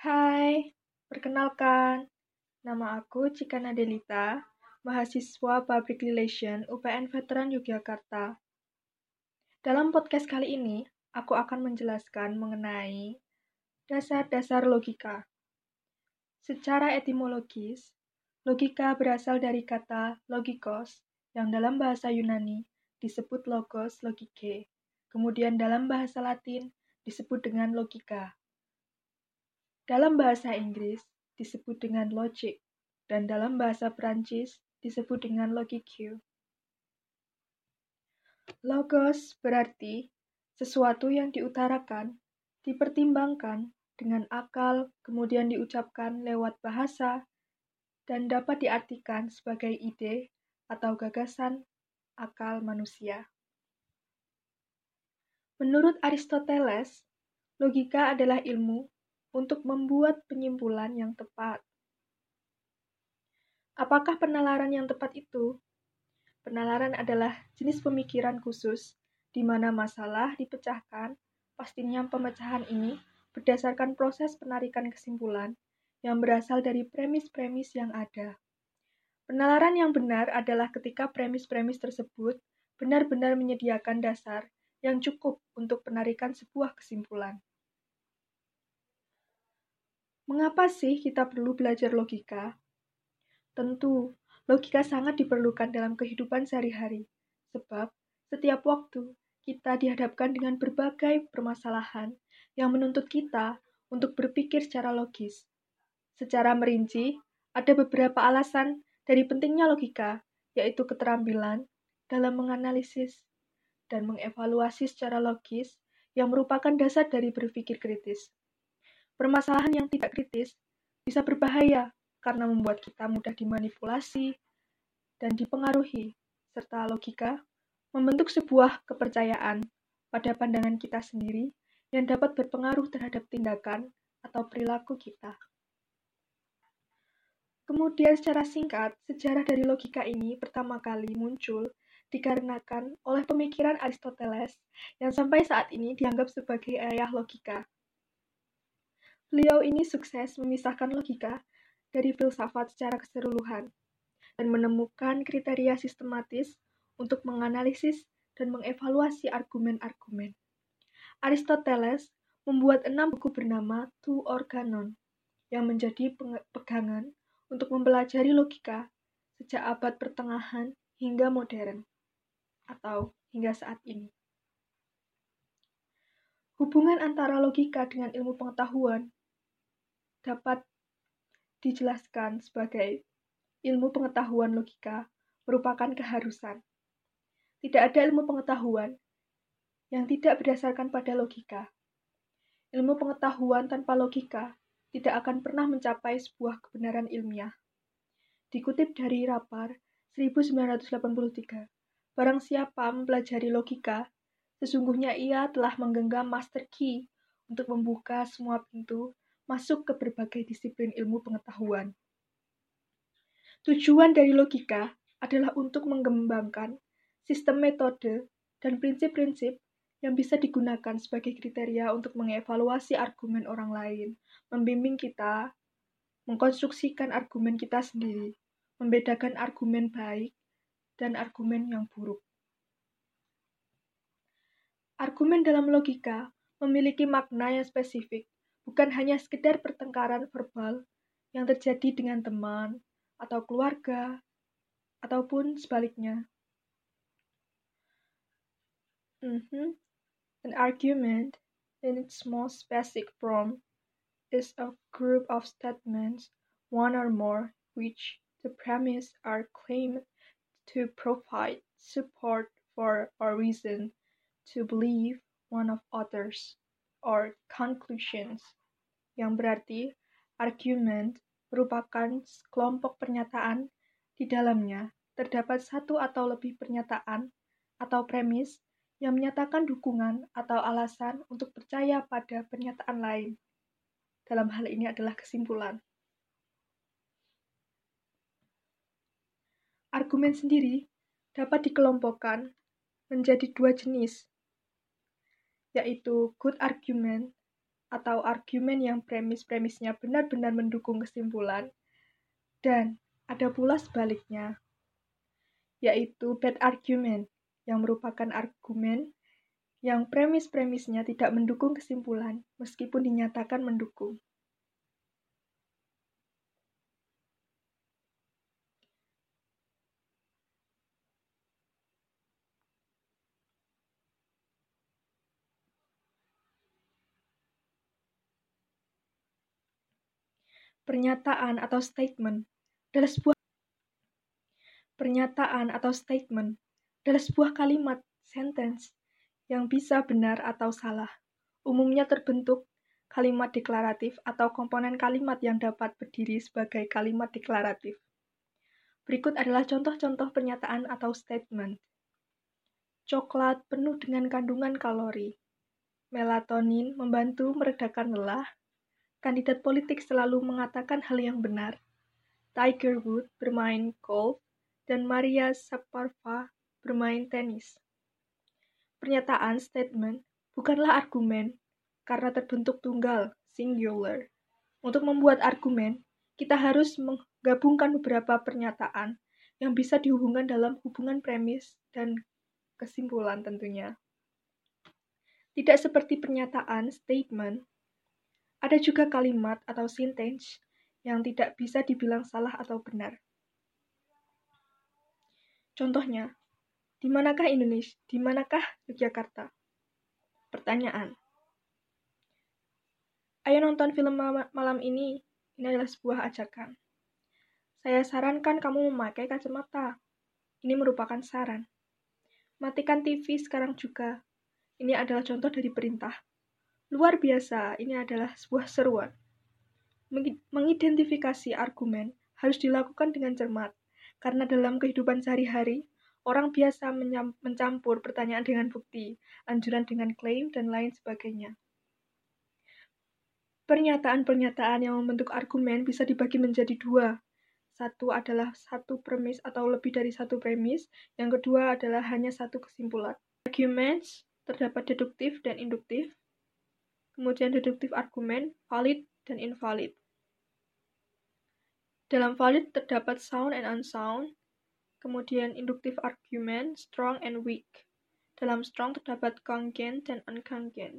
Hai, perkenalkan, nama aku Cika Nadelita, mahasiswa Public Relation UPN Veteran Yogyakarta. Dalam podcast kali ini, aku akan menjelaskan mengenai dasar-dasar logika. Secara etimologis, logika berasal dari kata logikos, yang dalam bahasa Yunani disebut logos logike, kemudian dalam bahasa Latin disebut dengan logika. Dalam bahasa Inggris disebut dengan logic, dan dalam bahasa Perancis disebut dengan logique. Logos berarti sesuatu yang diutarakan, dipertimbangkan dengan akal, kemudian diucapkan lewat bahasa, dan dapat diartikan sebagai ide atau gagasan akal manusia. Menurut Aristoteles, logika adalah ilmu untuk membuat penyimpulan yang tepat. Apakah penalaran yang tepat itu? Penalaran adalah jenis pemikiran khusus di mana masalah dipecahkan. Pastinya pemecahan ini berdasarkan proses penarikan kesimpulan yang berasal dari premis-premis yang ada. Penalaran yang benar adalah ketika premis-premis tersebut benar-benar menyediakan dasar yang cukup untuk penarikan sebuah kesimpulan. Mengapa sih kita perlu belajar logika? Tentu, logika sangat diperlukan dalam kehidupan sehari-hari, sebab setiap waktu kita dihadapkan dengan berbagai permasalahan yang menuntut kita untuk berpikir secara logis. Secara merinci, ada beberapa alasan dari pentingnya logika, yaitu keterampilan dalam menganalisis dan mengevaluasi secara logis yang merupakan dasar dari berpikir kritis. Permasalahan yang tidak kritis bisa berbahaya karena membuat kita mudah dimanipulasi dan dipengaruhi, serta logika membentuk sebuah kepercayaan pada pandangan kita sendiri yang dapat berpengaruh terhadap tindakan atau perilaku kita. Kemudian secara singkat, sejarah dari logika ini pertama kali muncul dikarenakan oleh pemikiran Aristoteles yang sampai saat ini dianggap sebagai ayah logika. Beliau ini sukses memisahkan logika dari filsafat secara keseluruhan dan menemukan kriteria sistematis untuk menganalisis dan mengevaluasi argumen-argumen. Aristoteles membuat 6 buku bernama To Organon yang menjadi pegangan untuk mempelajari logika sejak abad pertengahan hingga modern atau hingga saat ini. Hubungan antara logika dengan ilmu pengetahuan dapat dijelaskan sebagai ilmu pengetahuan logika merupakan keharusan. Tidak ada ilmu pengetahuan yang tidak berdasarkan pada logika. Ilmu pengetahuan tanpa logika tidak akan pernah mencapai sebuah kebenaran ilmiah. Dikutip dari Rapar 1983, barang siapa mempelajari logika, sesungguhnya ia telah menggenggam master key untuk membuka semua pintu masuk ke berbagai disiplin ilmu pengetahuan. Tujuan dari logika adalah untuk mengembangkan sistem metode dan prinsip-prinsip yang bisa digunakan sebagai kriteria untuk mengevaluasi argumen orang lain, membimbing kita, mengkonstruksikan argumen kita sendiri, membedakan argumen baik dan argumen yang buruk. Argumen dalam logika memiliki makna yang spesifik, bukan hanya sekedar pertengkaran verbal yang terjadi dengan teman atau keluarga, ataupun sebaliknya. An argument, in its most basic form, is a group of statements, one or more, which the premise are claimed to provide support for or reason to believe one of others, or conclusions, yang berarti argument merupakan kelompok pernyataan di dalamnya terdapat satu atau lebih pernyataan atau premis yang menyatakan dukungan atau alasan untuk percaya pada pernyataan lain. Dalam hal ini adalah kesimpulan. Argumen sendiri dapat dikelompokkan menjadi 2 jenis, yaitu good argument atau argumen yang premis-premisnya benar-benar mendukung kesimpulan, dan ada pula sebaliknya, yaitu bad argument, yang merupakan argumen yang premis-premisnya tidak mendukung kesimpulan, meskipun dinyatakan mendukung. Pernyataan atau statement adalah sebuah kalimat, sentence, yang bisa benar atau salah. Umumnya terbentuk kalimat deklaratif atau komponen kalimat yang dapat berdiri sebagai kalimat deklaratif. Berikut adalah contoh-contoh pernyataan atau statement. Coklat penuh dengan kandungan kalori. Melatonin membantu meredakan lelah. Kandidat politik selalu mengatakan hal yang benar. Tiger Woods bermain golf dan Maria Saparova bermain tenis. Pernyataan statement bukanlah argumen karena terbentuk tunggal, singular. Untuk membuat argumen, kita harus menggabungkan beberapa pernyataan yang bisa dihubungkan dalam hubungan premis dan kesimpulan tentunya. Tidak seperti pernyataan, statement, ada juga kalimat atau sentence yang tidak bisa dibilang salah atau benar. Contohnya, di manakah Indonesia? Di manakah Yogyakarta? Pertanyaan. Ayo nonton film malam ini. Ini adalah sebuah ajakan. Saya sarankan kamu memakai kacamata. Ini merupakan saran. Matikan TV sekarang juga. Ini adalah contoh dari perintah. Luar biasa, ini adalah sebuah seruan. Mengidentifikasi argumen harus dilakukan dengan cermat, karena dalam kehidupan sehari-hari, orang biasa mencampur pertanyaan dengan bukti, anjuran dengan klaim, dan lain sebagainya. Pernyataan-pernyataan yang membentuk argumen bisa dibagi menjadi dua. Satu adalah satu premis atau lebih dari satu premis, yang kedua adalah hanya satu kesimpulan. Arguments terdapat deduktif dan induktif, kemudian deduktif argumen, valid dan invalid. Dalam valid terdapat sound and unsound, kemudian induktif argument, strong and weak. Dalam strong terdapat congruent dan uncongruent.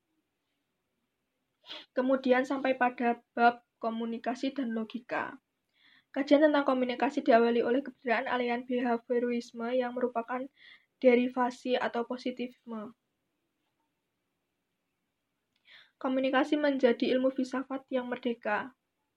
Kemudian sampai pada bab komunikasi dan logika. Kajian tentang komunikasi diawali oleh keberadaan aliran behaviorisme yang merupakan derivasi atau positifisme. Komunikasi menjadi ilmu filsafat yang merdeka.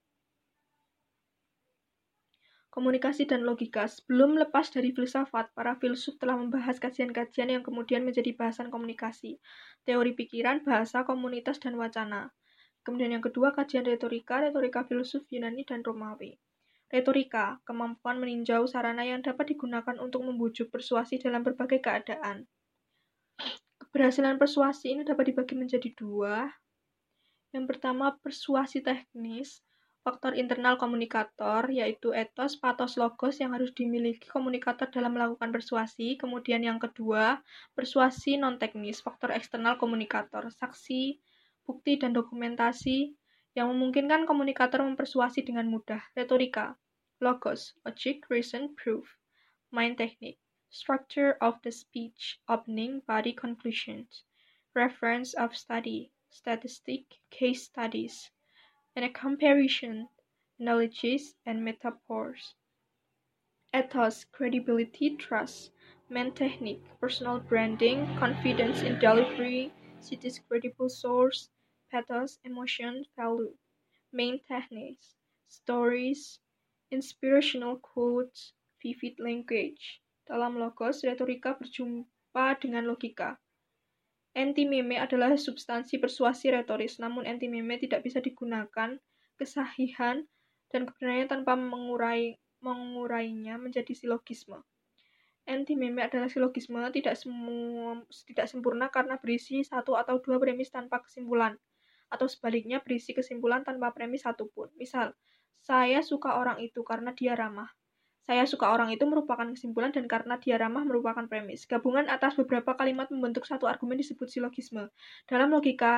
Komunikasi dan logika. Sebelum lepas dari filsafat, para filsuf telah membahas kajian-kajian yang kemudian menjadi bahasan komunikasi, teori pikiran, bahasa, komunitas, dan wacana. Kemudian yang kedua, kajian retorika filsuf Yunani dan Romawi. Retorika, kemampuan meninjau sarana yang dapat digunakan untuk membujuk persuasi dalam berbagai keadaan. Keberhasilan persuasi ini dapat dibagi menjadi dua. Yang pertama, persuasi teknis, faktor internal komunikator, yaitu etos, patos, logos yang harus dimiliki komunikator dalam melakukan persuasi. Kemudian yang kedua, persuasi non-teknis, faktor eksternal komunikator, saksi, bukti, dan dokumentasi yang memungkinkan komunikator mempersuasi dengan mudah. Retorika, logos, logic, reason, proof. Mind technique, structure of the speech, opening, body, conclusions. Reference of study, statistic, case studies, and a comparison, analogies, and metaphors. Ethos, credibility, trust. Main technique, personal branding, confidence in delivery, city's credible source, pathos, emotion, value. Main techniques, stories, inspirational quotes, vivid language. Dalam logos, retorika berjumpa dengan logika. Anti-meme adalah substansi persuasi retoris, namun anti-meme tidak bisa digunakan kesahihan dan kebenarannya tanpa mengurainya menjadi silogisme. Anti-meme adalah silogisme tidak sempurna karena berisi satu atau dua premis tanpa kesimpulan, atau sebaliknya berisi kesimpulan tanpa premis satupun. Misal, saya suka orang itu karena dia ramah. Saya suka orang itu merupakan kesimpulan dan karena dia ramah merupakan premis. Gabungan atas beberapa kalimat membentuk satu argumen disebut silogisme. Dalam logika,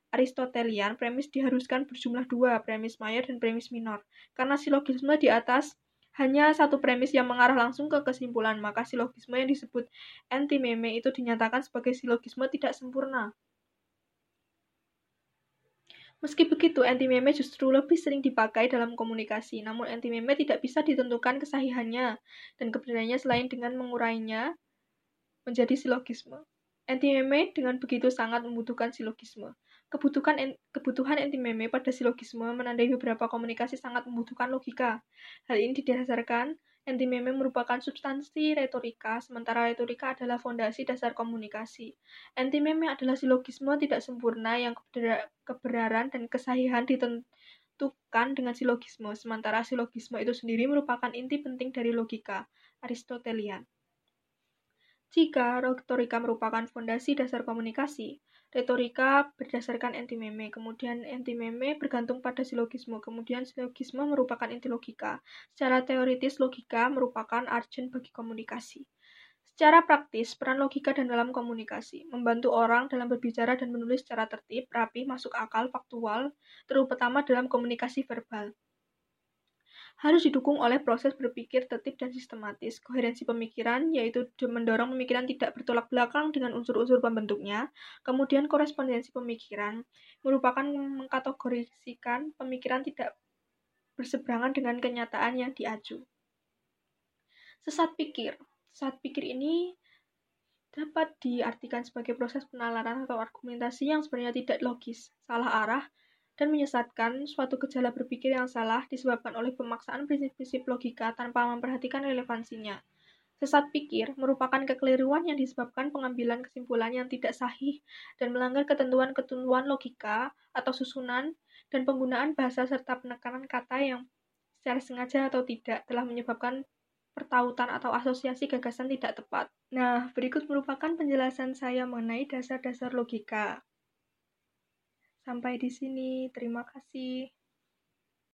Aristotelian, premis diharuskan berjumlah 2, premis mayor dan premis minor. Karena silogisme di atas hanya satu premis yang mengarah langsung ke kesimpulan, maka silogisme yang disebut antimeme itu dinyatakan sebagai silogisme tidak sempurna. Meski begitu, antimeme justru lebih sering dipakai dalam komunikasi, namun antimeme tidak bisa ditentukan kesahihannya dan kebenarannya selain dengan mengurainya menjadi silogisme. Antimeme dengan begitu sangat membutuhkan silogisme. Kebutuhan antimeme pada silogisme menandai beberapa komunikasi sangat membutuhkan logika. Hal ini didasarkan antimeme merupakan substansi retorika, sementara retorika adalah fondasi dasar komunikasi. Antimeme adalah silogisme tidak sempurna yang kebenaran dan kesahihan ditentukan dengan silogisme, sementara silogisme itu sendiri merupakan inti penting dari logika Aristotelian. Jika retorika merupakan fondasi dasar komunikasi, retorika berdasarkan antimeme, kemudian antimeme bergantung pada silogisme, kemudian silogisme merupakan inti logika. Secara teoritis, logika merupakan arjen bagi komunikasi. Secara praktis, peran logika dalam komunikasi, membantu orang dalam berbicara dan menulis secara tertib, rapi, masuk akal, faktual, terutama dalam komunikasi verbal. Harus didukung oleh proses berpikir tertib dan sistematis. Koherensi pemikiran, yaitu mendorong pemikiran tidak bertolak belakang dengan unsur-unsur pembentuknya. Kemudian korespondensi pemikiran, merupakan mengkategorisikan pemikiran tidak berseberangan dengan kenyataan yang diaju. Sesat pikir. Sesat pikir ini dapat diartikan sebagai proses penalaran atau argumentasi yang sebenarnya tidak logis, salah arah, dan menyesatkan. Suatu gejala berpikir yang salah disebabkan oleh pemaksaan prinsip-prinsip logika tanpa memperhatikan relevansinya. Sesat pikir merupakan kekeliruan yang disebabkan pengambilan kesimpulan yang tidak sahih dan melanggar ketentuan-ketentuan logika atau susunan dan penggunaan bahasa serta penekanan kata yang secara sengaja atau tidak telah menyebabkan pertautan atau asosiasi gagasan tidak tepat. Nah, berikut merupakan penjelasan saya mengenai dasar-dasar logika. Sampai di sini, terima kasih.